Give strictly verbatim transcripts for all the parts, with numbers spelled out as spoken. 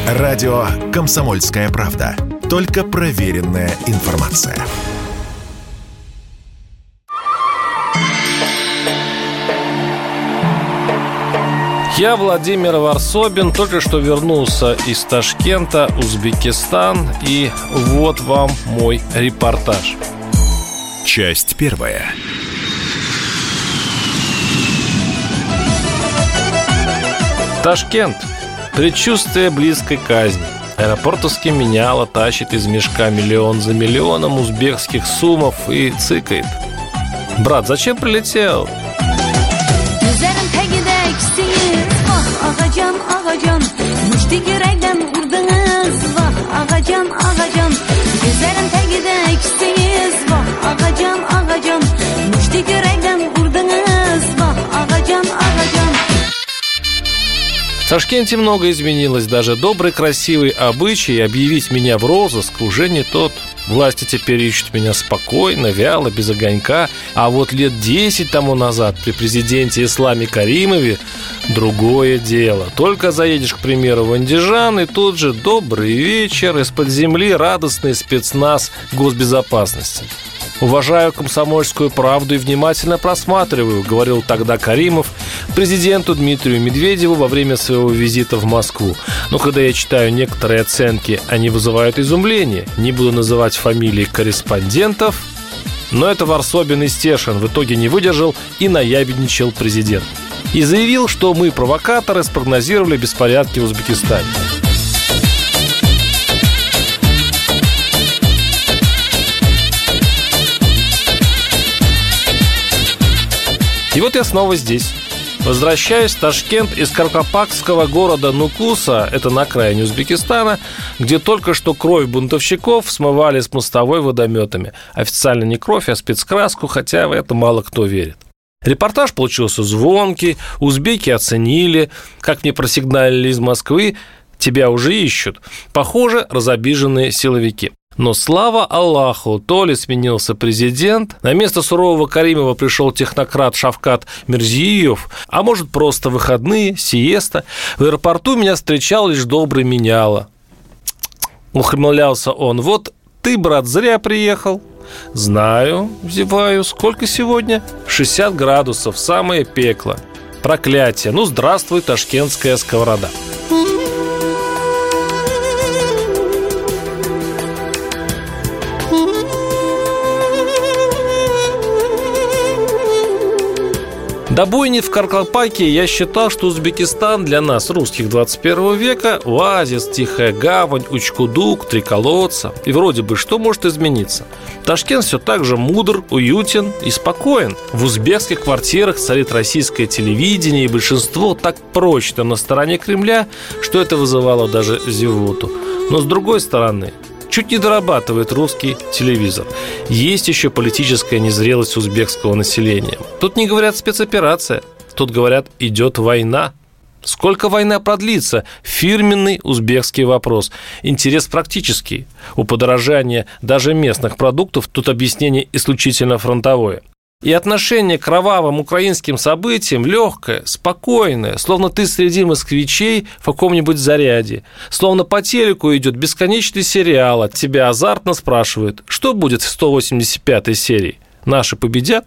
Радио «Комсомольская правда». Только проверенная информация. Я, Владимир Варсобин, только что вернулся из Ташкента, Узбекистан, и вот вам мой репортаж. Часть первая. Ташкент. Предчувствие близкой казни. Аэропортовский меняло тащит из мешка миллион за миллионом узбекских сумов и цыкает. Брат, зачем прилетел? Ağacan, ağacan, müştik yürekten vurdunuz. Vah, ağacan, ağacan, gözlerin tegide ikisiniz. Vah, ağacan, ağacan, müştik yürekten vurdunuz. Vah, ağacan, ağacan. В Ташкенте много изменилось. Даже добрый, красивый обычай объявить меня в розыск уже не тот. Власти теперь ищут меня спокойно, вяло, без огонька. А вот лет десять тому назад при президенте Исламе Каримове другое дело. Только заедешь, к примеру, в Андижан, и тут же добрый вечер, из-под земли радостный спецназ госбезопасности. «Уважаю комсомольскую правду и внимательно просматриваю», — говорил тогда Каримов президенту Дмитрию Медведеву во время своего визита в Москву. Но когда я читаю некоторые оценки, они вызывают изумление. Не буду называть фамилии корреспондентов, но это Варсобин и Стешин в итоге не выдержал и наябедничал президент. И заявил, что мы, провокаторы, спрогнозировали беспорядки в Узбекистане. И вот я снова здесь. Возвращаюсь в Ташкент из каркопакского города Нукуса, это на окраине Узбекистана, где только что кровь бунтовщиков смывали с мостовой водометами. Официально не кровь, а спецкраску, хотя в это мало кто верит. Репортаж получился звонкий, узбеки оценили, как мне просигналили из Москвы, тебя уже ищут. Похоже, разобиженные силовики. Но слава Аллаху, то ли сменился президент, на место сурового Каримова пришел технократ Шавкат Мирзиев, а может, просто выходные, сиеста. В аэропорту меня встречал лишь добрый меняло. Ухмылялся он. Вот ты, брат, зря приехал. Знаю, зеваю. Сколько сегодня? шестьдесят градусов, самое пекло. Проклятие. Ну, здравствуй, ташкентская сковорода. До бойни в Каркопаке я считал, что Узбекистан для нас, русских двадцать первого века, оазис, тихая гавань, Учкудук, три колодца. И вроде бы что может измениться? Ташкент все так же мудр, уютен и спокоен. В узбекских квартирах царит российское телевидение, и большинство так прочно на стороне Кремля, что это вызывало даже зевоту. Но с другой стороны, чуть не дорабатывает русский телевизор. Есть еще политическая незрелость узбекского населения. Тут не говорят спецоперация, тут говорят идет война. Сколько война продлится? Фирменный узбекский вопрос. Интерес практический. У подорожания даже местных продуктов тут объяснение исключительно фронтовое. И отношение к кровавым украинским событиям легкое, спокойное, словно ты среди москвичей в каком-нибудь заряде, словно по телеку идет бесконечный сериал, от тебя азартно спрашивают, что будет в сто восемьдесят пятой серии? Наши победят?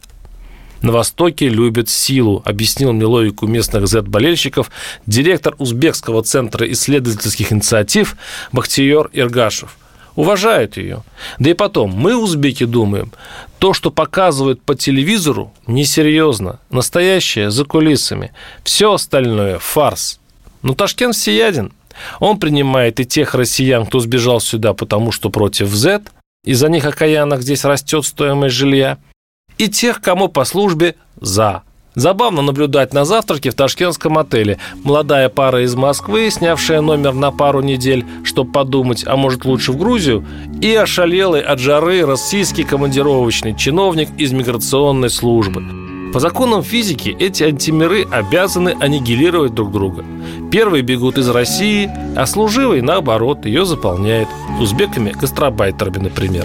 На Востоке любят силу, объяснил мне логику местных зет-болельщиков директор Узбекского центра исследовательских инициатив Бахтиер Иргашев. Уважают ее. Да и потом, мы, узбеки, думаем, то, что показывают по телевизору, несерьезно, настоящее за кулисами. Все остальное – фарс. Но Ташкент всеяден. Он принимает и тех россиян, кто сбежал сюда, потому что против зет, из-за них окаянных здесь растет стоимость жилья, и тех, кому по службе за. Забавно наблюдать на завтраке в ташкентском отеле. Молодая пара из Москвы, снявшая номер на пару недель, чтобы подумать, а может лучше в Грузию, и ошалелый от жары российский командировочный чиновник из миграционной службы. По законам физики эти антимиры обязаны аннигилировать друг друга. Первые бегут из России, а служивый, наоборот, ее заполняет. Узбеками-гастробайтерами, например.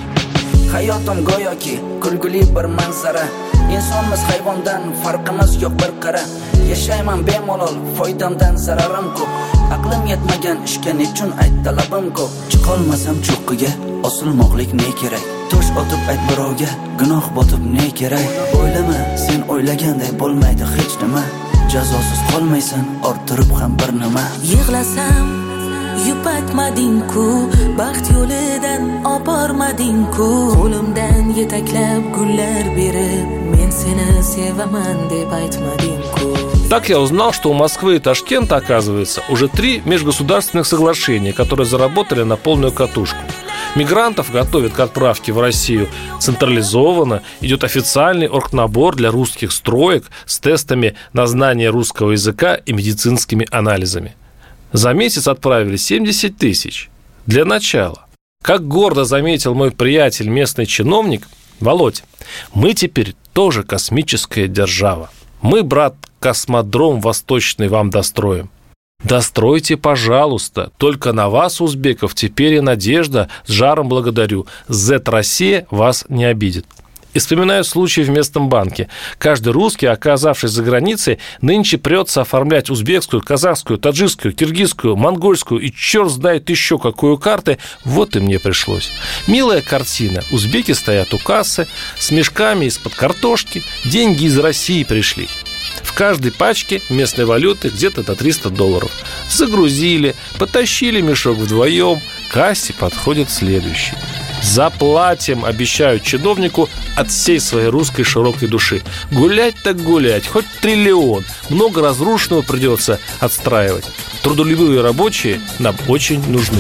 Hayotim go'yoki kulguli bir manzara. İnsonmiz hayvondan farqimiz yo'q bir qara. Yashayman bemalol, foydamdan zararim ko'p. Aqlimga yetmagan ishga nechun ayt talabim ko'p. Chiqolmasam cho'qqiga osilmoqlik ne kerak? Tosh otib ayt birovga gunoh botib ne kerak? O'ylama, sen o'ylaganday bo'lmaydi hech nima. Jazosiz qolmaysan, orttirib ham bir nima. Yig'lasam yupatmading-ku, baxt yo'lidan obormading-ku, qo'limdan yetaklab gullar berib, men seni sevaman deb aytmading-ku. Так я узнал, что у Москвы и Ташкента, оказывается, уже три межгосударственных соглашения, которые заработали на полную катушку. Мигрантов готовят к отправке в Россию централизованно, идет официальный оргнабор для русских строек с тестами на знание русского языка и медицинскими анализами. За месяц отправили семьдесят тысяч. Для начала. Как гордо заметил мой приятель, местный чиновник, Володь, мы теперь тоже космическая держава. Мы, брат, космодром восточный вам достроим. Достройте, пожалуйста. Только на вас, узбеков, теперь и надежда. С жаром благодарю. Зет-Россия вас не обидит. И вспоминаю случай в местном банке. Каждый русский, оказавшись за границей, нынче прется оформлять узбекскую, казахскую, таджикскую, киргизскую, монгольскую и черт знает еще какую карты. Вот и мне пришлось. Милая картина. Узбеки стоят у кассы с мешками из-под картошки. Деньги из России пришли. В каждой пачке местной валюты где-то до триста долларов. Загрузили, потащили мешок вдвоем. К кассе подходит следующий. Заплатим, обещают чиновнику от всей своей русской широкой души. Гулять так гулять, хоть триллион. Много разрушенного придется отстраивать. Трудолюбивые рабочие нам очень нужны.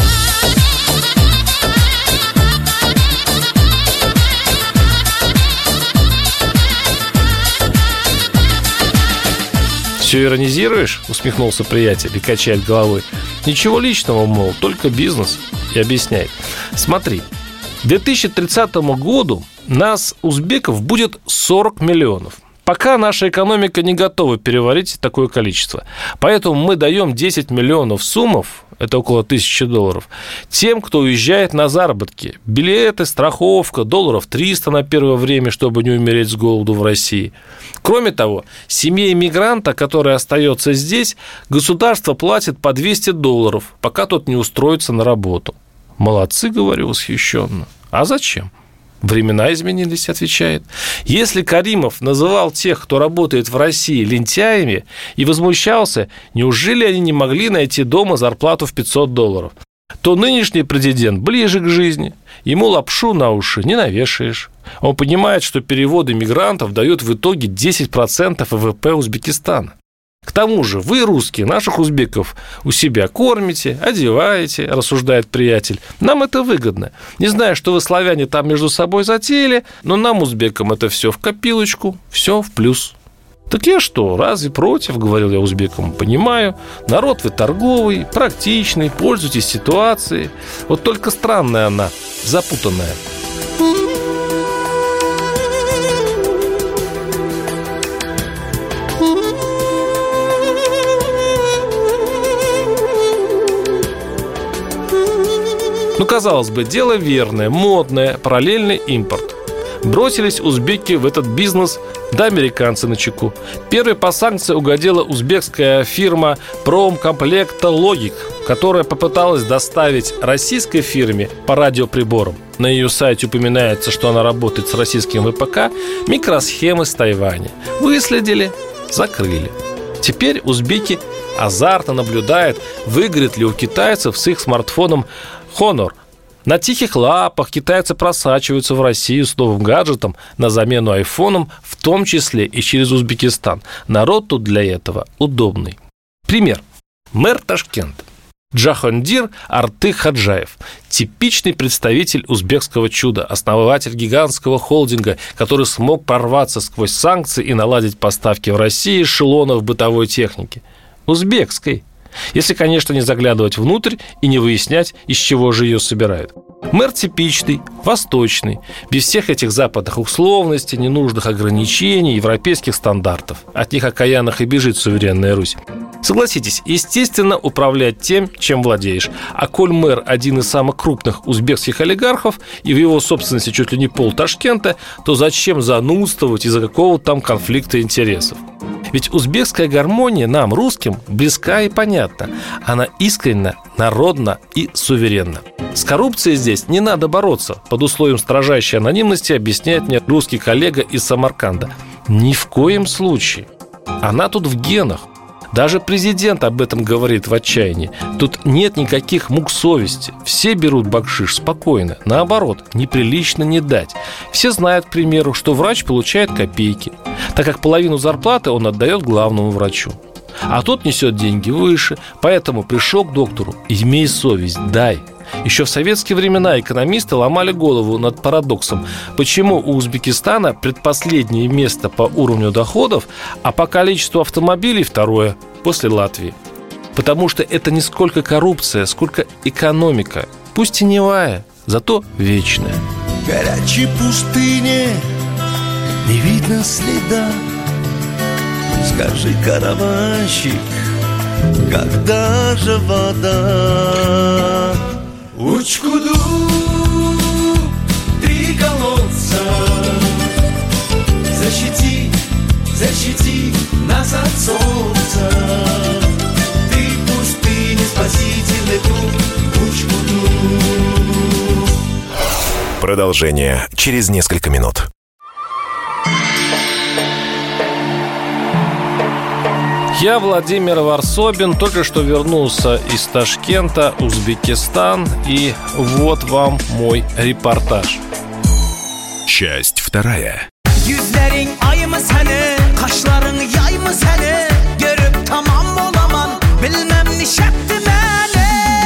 «Все иронизируешь?» – усмехнулся приятель и качает головой. «Ничего личного, мол, только бизнес». И объясняет. Смотри, к две тысячи тридцатому году нас, узбеков, будет сорок миллионов. Пока наша экономика не готова переварить такое количество. Поэтому мы даем десять миллионов суммов, это около тысячи долларов, тем, кто уезжает на заработки. Билеты, страховка, долларов триста на первое время, чтобы не умереть с голоду в России. Кроме того, семье иммигранта, который остается здесь, государство платит по двести долларов, пока тот не устроится на работу. Молодцы, говорю восхищенно. А зачем? Времена изменились, отвечает. Если Каримов называл тех, кто работает в России, лентяями и возмущался, неужели они не могли найти дома зарплату в пятьсот долларов, то нынешний президент ближе к жизни. Ему лапшу на уши не навешаешь. Он понимает, что переводы мигрантов дают в итоге десять процентов вэ вэ пэ Узбекистана. К тому же вы, русские, наших узбеков у себя кормите, одеваете, рассуждает приятель. Нам это выгодно. Не знаю, что вы, славяне, там между собой затеяли, но нам, узбекам, это все в копилочку, все в плюс. Так я что, разве против, говорил я узбекам, понимаю. Народ вы торговый, практичный, пользуйтесь ситуацией. Вот только странная она, запутанная. Ну, казалось бы, дело верное, модное, параллельный импорт. Бросились узбеки в этот бизнес, да американцы на чеку. Первой по санкции угодила узбекская фирма Промкомплектологик, которая попыталась доставить российской фирме по радиоприборам, на ее сайте упоминается, что она работает с российским вэ пэ ка, микросхемы с Тайваня. Выследили, закрыли. Теперь узбеки азартно наблюдают, выгорит ли у китайцев с их смартфоном Honor. На тихих лапах китайцы просачиваются в Россию с новым гаджетом на замену айфонам, в том числе и через Узбекистан. Народ тут для этого удобный. Пример. Мэр Ташкента Джахангир Артык Хаджаев. Типичный представитель узбекского чуда, основатель гигантского холдинга, который смог прорваться сквозь санкции и наладить поставки в России эшелонов бытовой техники. Узбекской. Если, конечно, не заглядывать внутрь и не выяснять, из чего же ее собирают. Мэр типичный, восточный, без всех этих западных условностей, ненужных ограничений, европейских стандартов. От них окаянных и бежит суверенная Русь. Согласитесь, естественно, управлять тем, чем владеешь. А коль мэр один из самых крупных узбекских олигархов, и в его собственности чуть ли не пол Ташкента, то зачем занудствовать из-за какого-то там конфликта интересов? Ведь узбекская гармония нам, русским, близка и понятна. Она искренна, народна и суверенна. С коррупцией здесь не надо бороться, под условием строжайшей анонимности объясняет мне русский коллега из Самарканда. Ни в коем случае. Она тут в генах. Даже президент об этом говорит в отчаянии. Тут нет никаких мук совести. Все берут бакшиш спокойно. Наоборот, неприлично не дать. Все знают, к примеру, что врач получает копейки, так как половину зарплаты он отдает главному врачу. А тот несет деньги выше. Поэтому пришел к доктору: имей совесть, дай. Еще в советские времена экономисты ломали голову над парадоксом, почему у Узбекистана предпоследнее место по уровню доходов, а по количеству автомобилей второе, после Латвии. Потому что это не сколько коррупция, сколько экономика, пусть теневая, зато вечная. В горячей пустыне не видно следа. Скажи, караванщик, когда же вода? Учкуду, три колодца, защити, защити нас от солнца. Ты пустыни, спасительный путь, Учкуду. Продолжение через несколько минут. Я, Владимир Варсобин, только что вернулся из Ташкента, Узбекистан, и вот вам мой репортаж. Часть вторая. Yüzlerin ay mı seni, kaşların yay mı seni, görüp tamam olamam, bilmem ne şarttı beni.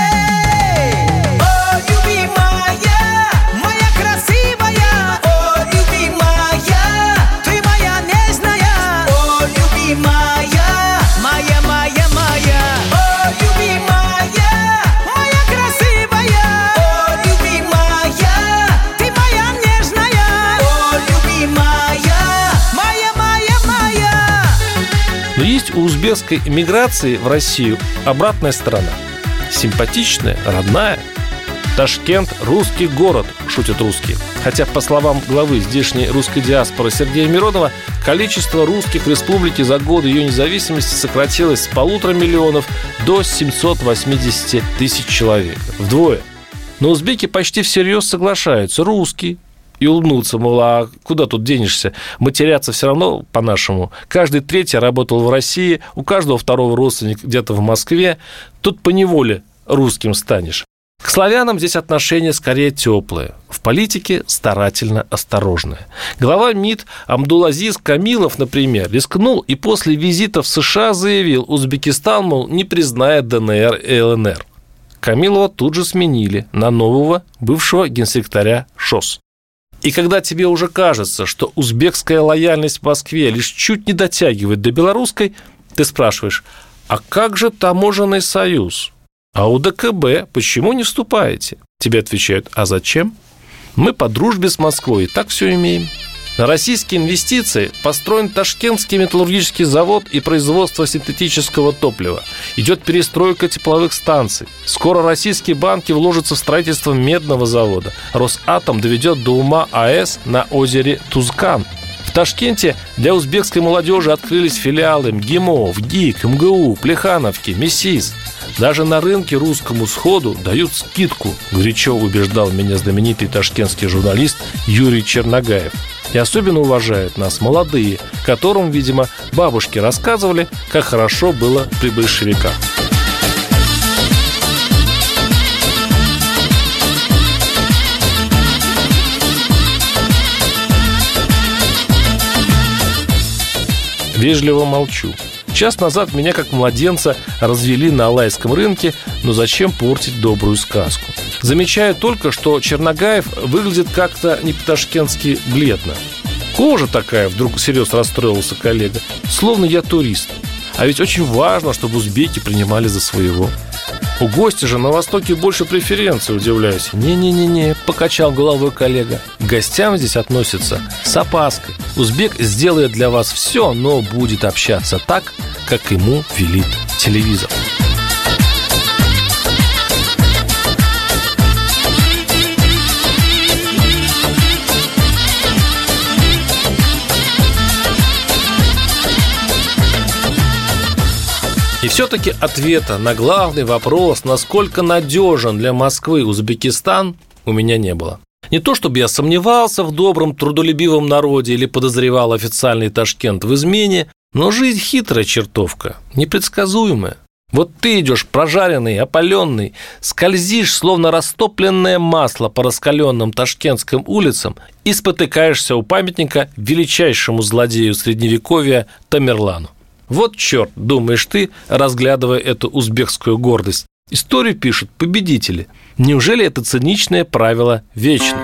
Oh, любимая, моя красивая, oh, любимая, ты моя нежная, oh, любимая, моя, моя, моя, oh, любимая, моя красивая, oh, любимая, ты моя нежная, oh, любимая, моя, моя, моя. Но есть у узбекской эмиграции в Россию обратная сторона. Симпатичная, родная. Ташкент – русский город, шутят русские. Хотя, по словам главы здешней русской диаспоры Сергея Миронова, количество русских в республике за годы ее независимости сократилось с полутора миллионов до семисот восьмидесяти тысяч человек. Вдвое. Но узбеки почти всерьез соглашаются. Русский. И улыбнуться, мол, а куда тут денешься? Матеряться все равно по-нашему. Каждый третий работал в России, у каждого второго родственник где-то в Москве. Тут поневоле русским станешь. К славянам здесь отношения скорее теплые. В политике старательно осторожные. Глава МИД Абдулазиз Камилов, например, рискнул и после визита в США заявил: Узбекистан, мол, не признает ДНР и ЛНР. Камилова тут же сменили на нового бывшего генсекретаря ШОС. И когда тебе уже кажется, что узбекская лояльность в Москве лишь чуть не дотягивает до белорусской, ты спрашиваешь: а как же таможенный союз? А у ДКБ почему не вступаете? Тебе отвечают: а зачем? Мы по дружбе с Москвой и так все имеем. На российские инвестиции построен Ташкентский металлургический завод и производство синтетического топлива. Идет перестройка тепловых станций. Скоро российские банки вложатся в строительство медного завода. Росатом доведет до ума АЭС на озере Тузкан. В Ташкенте для узбекской молодежи открылись филиалы МГИМО, ВГИК, МГУ, Плехановки, МИСИС. Даже на рынке русскому сходу дают скидку, горячо убеждал меня знаменитый ташкентский журналист Юрий Черногаев. И особенно уважают нас молодые, которым, видимо, бабушки рассказывали, как хорошо было при большевиках. Вежливо молчу. Час назад меня, как младенца, развели на Алайском рынке, но зачем портить добрую сказку? Замечаю только, что Черногаев выглядит как-то не по-ташкентски бледно. Кожа такая, вдруг серьезно расстроился коллега, словно я турист. А ведь очень важно, чтобы узбеки принимали за своего. У гостя же на Востоке больше преференций, удивляюсь. Не-не-не-не, покачал головой коллега. К гостям здесь относятся с опаской. Узбек сделает для вас все, но будет общаться так, как ему велит телевизор. все-таки ответа на главный вопрос, насколько надежен для Москвы Узбекистан, у меня не было. Не то чтобы я сомневался в добром, трудолюбивом народе или подозревал официальный Ташкент в измене, но жизнь хитрая чертовка, непредсказуемая. Вот ты идешь прожаренный, опаленный, скользишь, словно растопленное масло по раскаленным ташкентским улицам и спотыкаешься у памятника величайшему злодею Средневековья Тамерлану. Вот черт, думаешь ты, разглядывая эту узбекскую гордость. Историю пишут победители. Неужели это циничное правило вечно?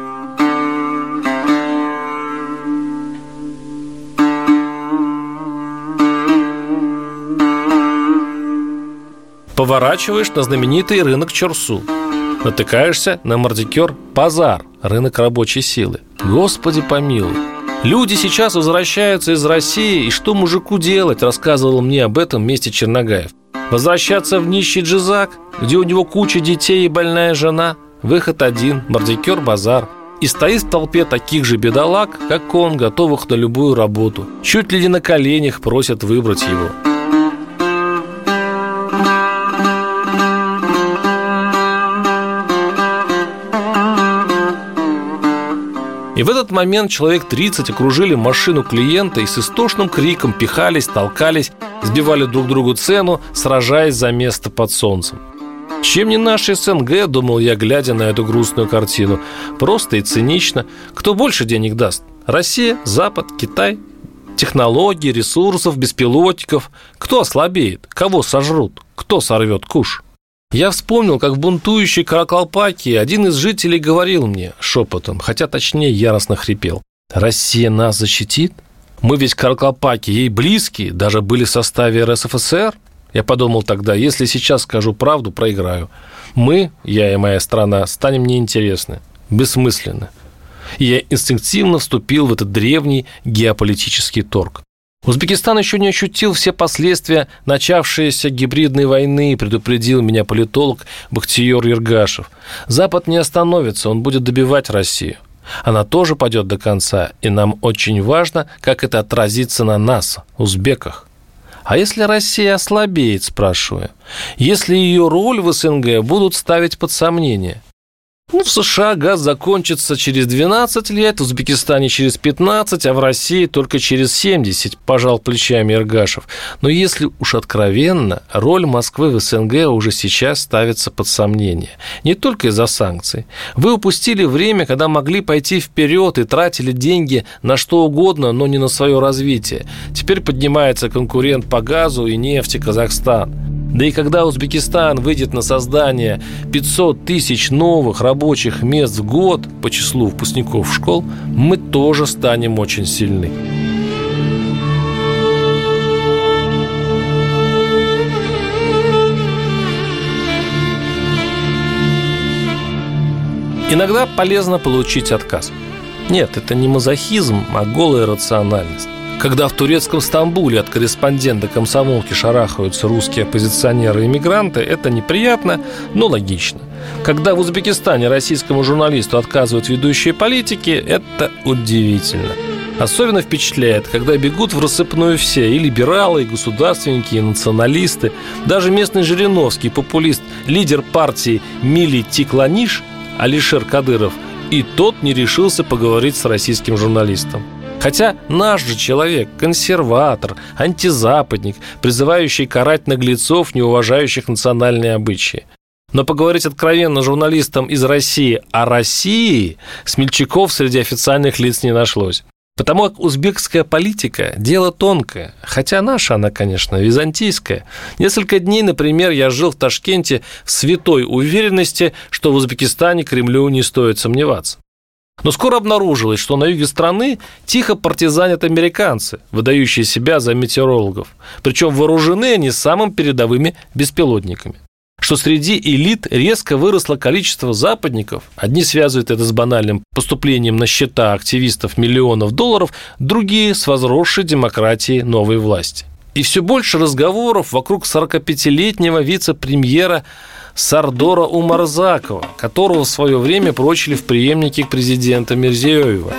Поворачиваешь на знаменитый рынок Чорсу. Натыкаешься на мардикер Базар, рынок рабочей силы. Господи помилуй. Люди сейчас возвращаются из России, и что мужику делать, рассказывал мне об этом вместе Черногаев. Возвращаться в нищий Джизак, где у него куча детей и больная жена? Выход один – мардикер Базар. И стоит в толпе таких же бедолаг, как он, готовых на любую работу. Чуть ли не на коленях просят выбрать его. И в этот момент человек тридцать окружили машину клиента и с истошным криком пихались, толкались, сбивали друг другу цену, сражаясь за место под солнцем. Чем не наш СНГ, думал я, глядя на эту грустную картину. Просто и цинично. Кто больше денег даст? Россия, Запад, Китай? Технологии, ресурсов, беспилотников. Кто ослабеет? Кого сожрут? Кто сорвет куш? Я вспомнил, как в бунтующей Каракалпакии один из жителей говорил мне шепотом, хотя точнее яростно хрипел: «Россия нас защитит? Мы ведь Каракалпаки ей близкие, даже были в составе эр эс эф эс эр». Я подумал тогда, если сейчас скажу правду, проиграю. Мы, я и моя страна, станем неинтересны, бессмысленны. И я инстинктивно вступил в этот древний геополитический торг. Узбекистан еще не ощутил все последствия начавшейся гибридной войны, предупредил меня политолог Бахтиер Ергашев. Запад не остановится, он будет добивать Россию. Она тоже пойдет до конца, и нам очень важно, как это отразится на нас, узбеках. А если Россия ослабеет, спрашиваю, если ее роль в СНГ будут ставить под сомнение? Ну, в США газ закончится через двенадцать лет, в Узбекистане через пятнадцать, а в России только через семьдесят, пожал плечами Ергашев. Но если уж откровенно, роль Москвы в СНГ уже сейчас ставится под сомнение. Не только из-за санкций. Вы упустили время, когда могли пойти вперед и тратили деньги на что угодно, но не на свое развитие. Теперь поднимается конкурент по газу и нефти Казахстан. Да и когда Узбекистан выйдет на создание пятьсот тысяч новых рабочих мест в год по числу выпускников школ, мы тоже станем очень сильны. Иногда полезно получить отказ. Нет, это не мазохизм, а голая рациональность. Когда в турецком Стамбуле от корреспондента комсомолки шарахаются русские оппозиционеры и мигранты, это неприятно, но логично. Когда в Узбекистане российскому журналисту отказывают ведущие политики, это удивительно. Особенно впечатляет, когда бегут в рассыпную все, и либералы, и государственники, и националисты. Даже местный жириновский популист, лидер партии Мили Тикланиш Алишер Кадыров, и тот не решился поговорить с российским журналистом. Хотя наш же человек, консерватор, антизападник, призывающий карать наглецов, не уважающих национальные обычаи. Но поговорить откровенно с журналистом из России о России смельчаков среди официальных лиц не нашлось. Потому как узбекская политика – дело тонкое, хотя наша она, конечно, византийская. Несколько дней, например, я жил в Ташкенте в святой уверенности, что в Узбекистане Кремлю не стоит сомневаться. Но скоро обнаружилось, что на юге страны тихо партизанят американцы, выдающие себя за метеорологов. Причем вооружены они самыми передовыми беспилотниками. Что среди элит резко выросло количество западников. Одни связывают это с банальным поступлением на счета активистов миллионов долларов, другие – с возросшей демократией новой власти. И все больше разговоров вокруг сорокапятилетнего вице-премьера Сардора Умарзакова, которого в свое время прочили в преемнике президента Мирзиёева.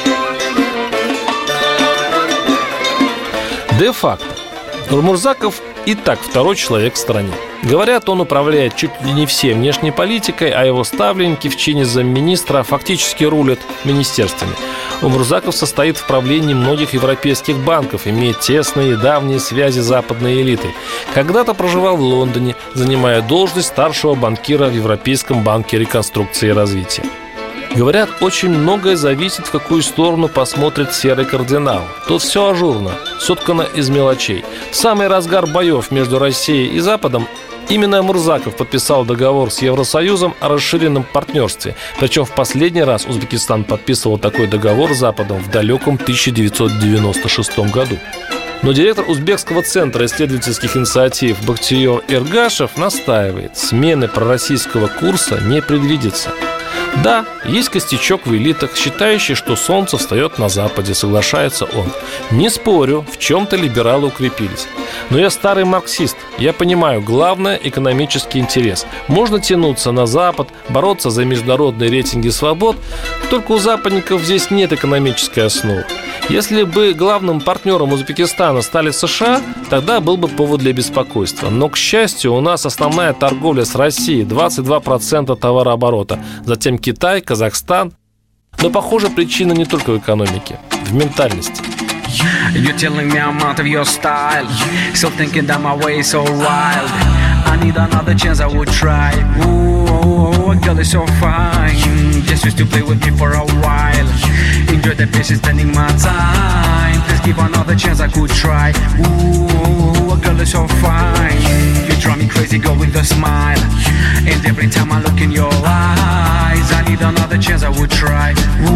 Де-факто Умарзаков Итак, второй человек в стране. Говорят, он управляет чуть ли не всей внешней политикой, а его ставленники в чине замминистра фактически рулят министерствами. Умурзаков состоит в правлении многих европейских банков, имеет тесные и давние связи с западной элитой. Когда-то проживал в Лондоне, занимая должность старшего банкира в Европейском банке реконструкции и развития. Говорят, очень многое зависит, в какую сторону посмотрит серый кардинал. Тут все ажурно, соткано из мелочей. В самый разгар боев между Россией и Западом именно Умурзаков подписал договор с Евросоюзом о расширенном партнерстве. Причем в последний раз Узбекистан подписывал такой договор с Западом в далеком тысяча девятьсот девяносто шестом году. Но директор Узбекского центра исследовательских инициатив Бахтиер Эргашев настаивает, смены пророссийского курса не предвидится. Да, есть костячок в элитах, считающий, что солнце встает на западе, соглашается он. Не спорю, в чем-то либералы укрепились. Но я старый марксист, я понимаю, главное – экономический интерес. Можно тянуться на Запад, бороться за международные рейтинги свобод, только у западников здесь нет экономической основы. Если бы главным партнером Узбекистана стали США, тогда был бы повод для беспокойства. Но, к счастью, у нас основная торговля с Россией – двадцать два процента товарооборота. Затем Китай, Казахстан. Но, похоже, причина не только в экономике, в ментальности. You're telling me I'm out of your style. Still thinking that my way is so wild. I need another chance, I would try. Ooh, a girl is so fine. Just used to play with me for a while. Enjoy the pace, spending my time. Please give another chance, I could try. Ooh, a girl is so fine. You drive me crazy, girl, with a smile. And every time I look in your eyes, I need another chance, I would try.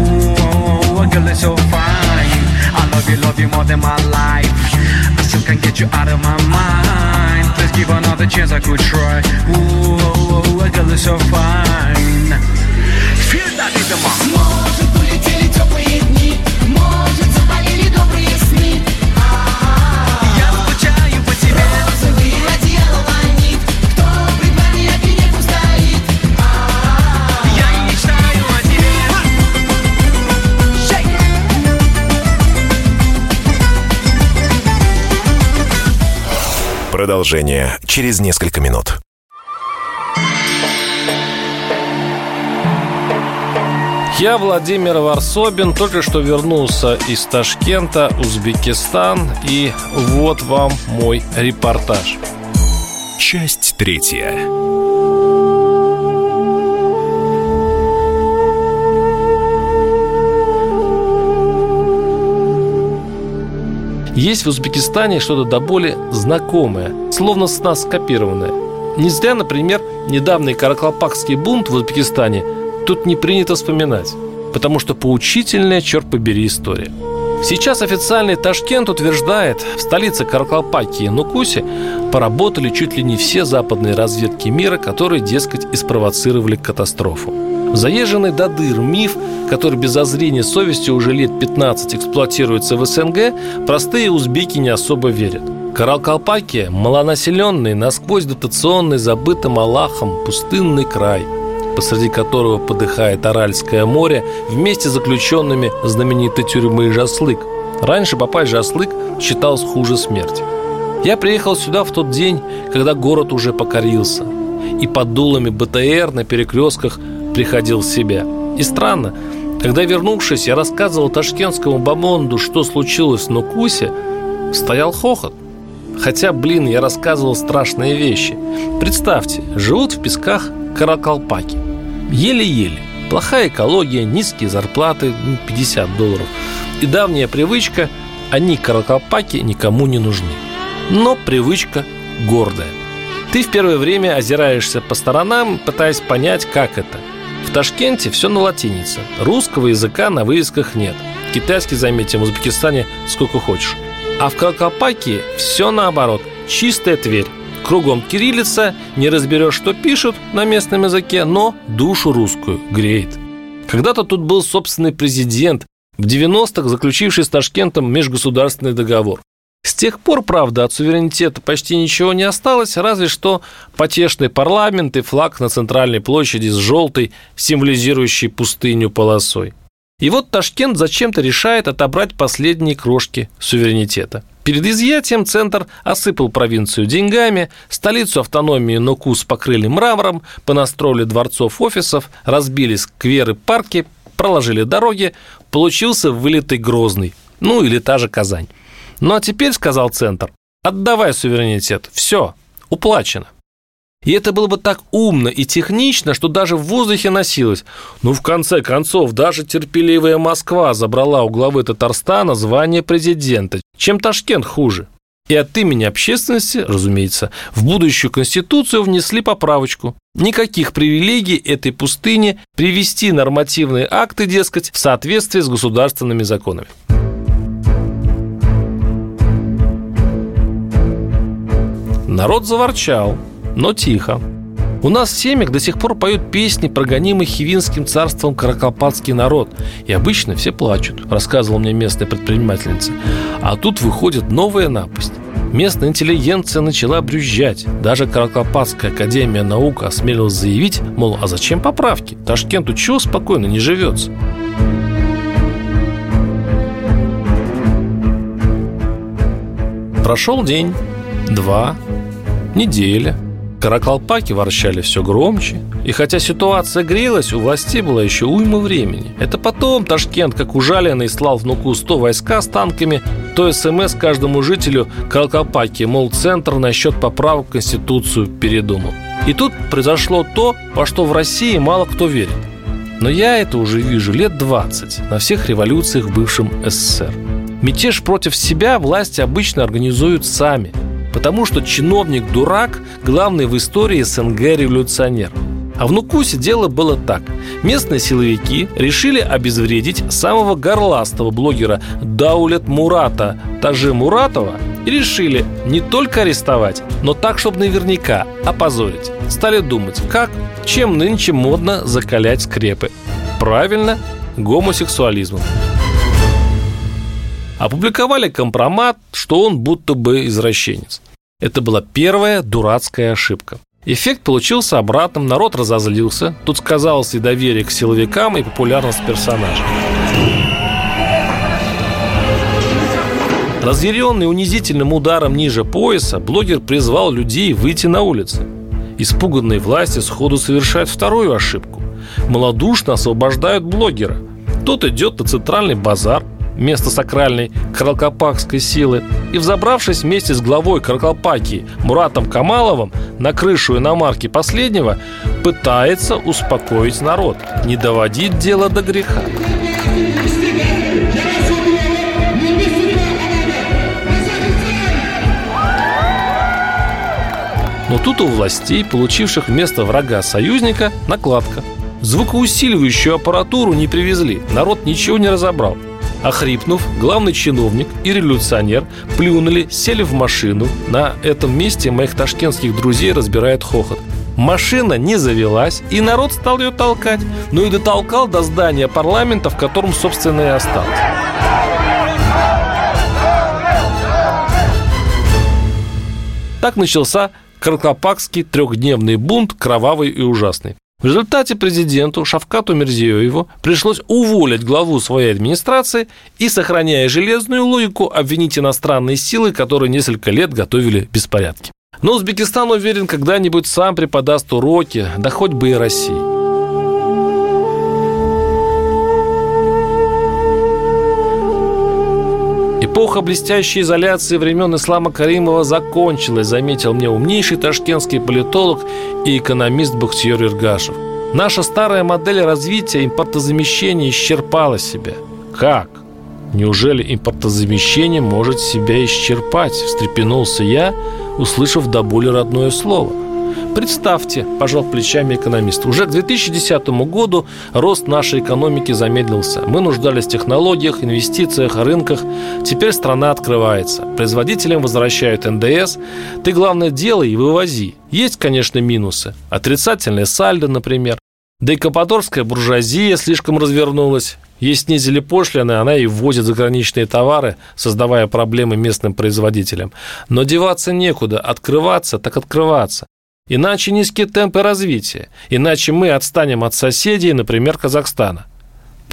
Ooh, a girl is so fine. I love you, love you more than my life. I still can't get you out of my mind. Please give another chance, I could try. Ooh, a girl is so fine. Feel that rhythm. Может, улетели теплые дни, может, заболели добрые сны. Я скучаю по тебе. Розовые одеяла ланит, кто пред нами огнем стоит. Я и мечтаю о тебе. Продолжение через несколько минут. Я, Владимир Варсобин, только что вернулся из Ташкента, Узбекистан, и вот вам мой репортаж. Часть третья. Есть в Узбекистане что-то до боли знакомое, словно с нас скопированное. Не зря, например, недавний каракалпакский бунт в Узбекистане тут не принято вспоминать, потому что поучительная, черт побери, история. Сейчас официальный Ташкент утверждает, в столице Каракалпакии, Нукусе, поработали чуть ли не все западные разведки мира, которые, дескать, и спровоцировали катастрофу. Заезженный до дыр миф, который без зазрения совести уже лет пятнадцать эксплуатируется в СНГ, простые узбеки не особо верят. Каракалпакия – малонаселенный, насквозь дотационный, забытым Аллахом пустынный край, посреди которого подыхает Аральское море вместе с заключенными знаменитой тюрьмы Жаслык. Раньше попасть в Жаслык считалось хуже смерти. Я приехал сюда в тот день, когда город уже покорился, и под дулами БТР на перекрестках приходил в себя. И странно, когда, вернувшись, я рассказывал ташкентскому бомонду, что случилось в Нукусе, стоял хохот. Хотя, блин, я рассказывал страшные вещи. Представьте, живут в песках Каракалпаки. Еле-еле. Плохая экология, низкие зарплаты, пятьдесят долларов. И давняя привычка – они, Каракалпаки, никому не нужны. Но привычка гордая. Ты в первое время озираешься по сторонам, пытаясь понять, как это. В Ташкенте все на латинице. Русского языка на вывесках нет. Китайский, заметим, в Узбекистане сколько хочешь. А в Каракалпакии все наоборот. Чистая Тверь. Кругом кириллица, не разберешь, что пишут на местном языке, но душу русскую греет. Когда-то тут был собственный президент, в девяностых заключивший с Ташкентом межгосударственный договор. С тех пор, правда, от суверенитета почти ничего не осталось, разве что потешный парламент и флаг на центральной площади с желтой, символизирующей пустыню полосой. И вот Ташкент зачем-то решает отобрать последние крошки суверенитета. Перед изъятием центр осыпал провинцию деньгами, столицу автономии Нукус покрыли мрамором, понастроили дворцов, офисов, разбили скверы, парки, проложили дороги, получился вылитый Грозный, ну или та же Казань. Ну а теперь, сказал центр, отдавай суверенитет, все, уплачено. И это было бы так умно и технично, что даже в воздухе носилось. Ну, в конце концов, даже терпеливая Москва забрала у главы Татарстана звание президента. Чем Ташкент хуже? И от имени общественности, разумеется, в будущую конституцию внесли поправочку. Никаких привилегий этой пустыне, привести нормативные акты, дескать, в соответствии с государственными законами. Народ заворчал, но тихо. У нас в семьях до сих пор поют песни про гонимый Хивинским царством каракалпакский народ. И обычно все плачут, рассказывала мне местная предпринимательница. А тут выходит новая напасть. Местная интеллигенция начала брюзжать. Даже Каракалпакская академия наук осмелилась заявить, мол, а зачем поправки? Ташкенту чего спокойно не живется? Прошел день, два, неделя. Каракалпаки ворчали все громче. И хотя ситуация грелась, у властей было еще уйма времени. Это потом Ташкент, как ужаленный, слал в Нуку сто войска с танками, то СМС каждому жителю Каракалпаки, мол, центр насчет поправок в Конституцию передумал. И тут произошло то, во что в России мало кто верит. Но я это уже вижу лет двадцать на всех революциях в бывшем СССР. Мятеж против себя власти обычно организуют сами, потому что чиновник-дурак – главный в истории СНГ революционер. А в Нукусе дело было так. Местные силовики решили обезвредить самого горластого блогера Даулет Мурата Тажи Муратова и решили не только арестовать, но так, чтобы наверняка опозорить. Стали думать, как, чем нынче модно закалять скрепы. Правильно, гомосексуализмом. Опубликовали компромат, что он будто бы извращенец. Это была первая дурацкая ошибка. Эффект получился обратным, народ разозлился. Тут сказалось и доверие к силовикам, и популярность персонажа. Разъяренный унизительным ударом ниже пояса, блогер призвал людей выйти на улицы. Испуганные власти сходу совершают вторую ошибку. Малодушно освобождают блогера. Тот идет на центральный базар, место сакральной каракалпакской силы, и, взобравшись вместе с главой Каракалпакии Муратом Камаловым на крышу иномарки последнего, пытается успокоить народ, не доводить дело до греха. Но тут у властей, получивших вместо врага союзника, накладка. Звукоусиливающую аппаратуру не привезли, народ ничего не разобрал. Охрипнув, главный чиновник и революционер плюнули, сели в машину. На этом месте моих ташкентских друзей разбирает хохот. Машина не завелась, и народ стал ее толкать. Ну и дотолкал до здания парламента, в котором, собственно, и осталось. Так начался каракалпакский трехдневный бунт, кровавый и ужасный. В результате президенту Шавкату Мирзиёеву пришлось уволить главу своей администрации и, сохраняя железную логику, обвинить иностранные силы, которые несколько лет готовили беспорядки. Но Узбекистан, уверен, когда-нибудь сам преподаст уроки, да хоть бы и России. Эпоха блестящей изоляции времен Ислама Каримова закончилась, заметил мне умнейший ташкентский политолог и экономист Бахтиёр Эргашев. Наша старая модель развития импортозамещения исчерпала себя. Как? Неужели импортозамещение может себя исчерпать? Встрепенулся я, услышав до боли родное слово. Представьте, пожал плечами экономист, уже к две тысячи десятому году рост нашей экономики замедлился. Мы нуждались в технологиях, инвестициях, рынках. Теперь страна открывается. Производителям возвращают эн дэ эс. Ты, главное, делай и вывози. Есть, конечно, минусы. Отрицательное сальдо, например. Да и каппадорская буржуазия слишком развернулась. Ей снизили пошлины, она и ввозит заграничные товары, создавая проблемы местным производителям. Но деваться некуда. Открываться так открываться. Иначе низкие темпы развития. Иначе мы отстанем от соседей, например, Казахстана.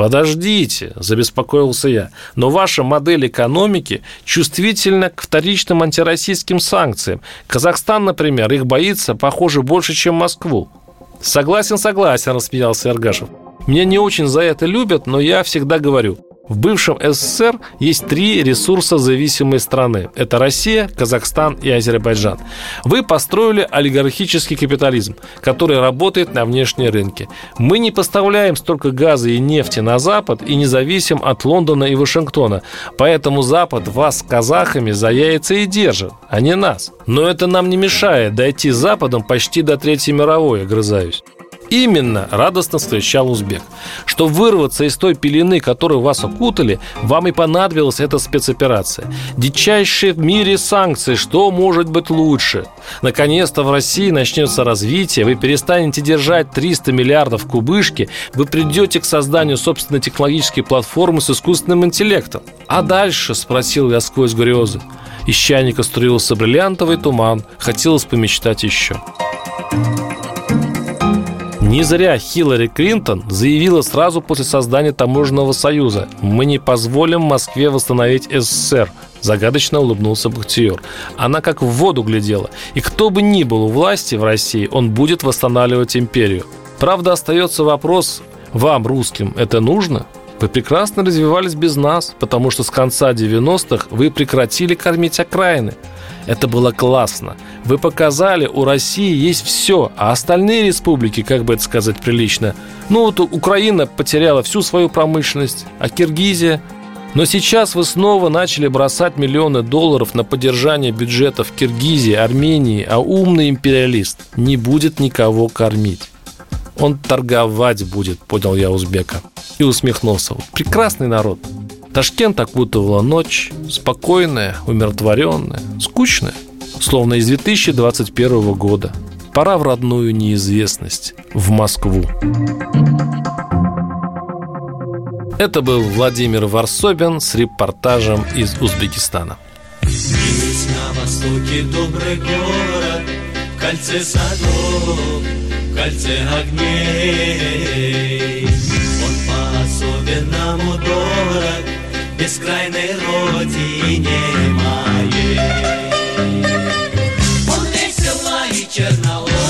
Подождите, забеспокоился я, но ваша модель экономики чувствительна к вторичным антироссийским санкциям. Казахстан, например, их боится, похоже, больше, чем Москву. Согласен, согласен, рассмеялся Эргашев. Меня не очень за это любят, но я всегда говорю, в бывшем СССР есть три ресурсозависимые страны. Это Россия, Казахстан и Азербайджан. Вы построили олигархический капитализм, который работает на внешние рынки. Мы не поставляем столько газа и нефти на Запад и не зависим от Лондона и Вашингтона. Поэтому Запад вас с казахами за яйца и держит, а не нас. Но это нам не мешает дойти с Западом почти до Третьей мировой, огрызаюсь. Именно, радостно встречал узбек. Что вырваться из той пелены, которую вас окутали, вам и понадобилась эта спецоперация. Дичайшие в мире санкции, что может быть лучше? Наконец-то в России начнется развитие, вы перестанете держать триста миллиардов в кубышке, вы придете к созданию собственной технологической платформы с искусственным интеллектом. А дальше, спросил я сквозь грезы. Из чайника струился бриллиантовый туман, хотелось помечтать еще. Не зря Хиллари Клинтон заявила сразу после создания Таможенного союза: «Мы не позволим Москве восстановить СССР», – загадочно улыбнулся Бахтиер. Она как в воду глядела. И кто бы ни был у власти в России, он будет восстанавливать империю. Правда, остается вопрос: вам, русским, это нужно? Вы прекрасно развивались без нас, потому что с конца девяностых вы прекратили кормить окраины. Это было классно. Вы показали, у России есть все, а остальные республики, как бы это сказать прилично, ну вот Украина потеряла всю свою промышленность, а Киргизия... Но сейчас вы снова начали бросать миллионы долларов на поддержание бюджетов Киргизии, Армении, а умный империалист не будет никого кормить. Он торговать будет, понял я узбека. И усмехнулся. Прекрасный народ. Ташкент окутывала ночь, спокойная, умиротворенная, скучная, словно из две тысячи двадцать первого года. Пора в родную неизвестность, в Москву. Это был Владимир Варсобин с репортажем из Узбекистана. Есть на востоке добрый город, в кольце садов, в кольце огней. Он по-особенному дорог бескрайной родине моей. Он весела и чернола.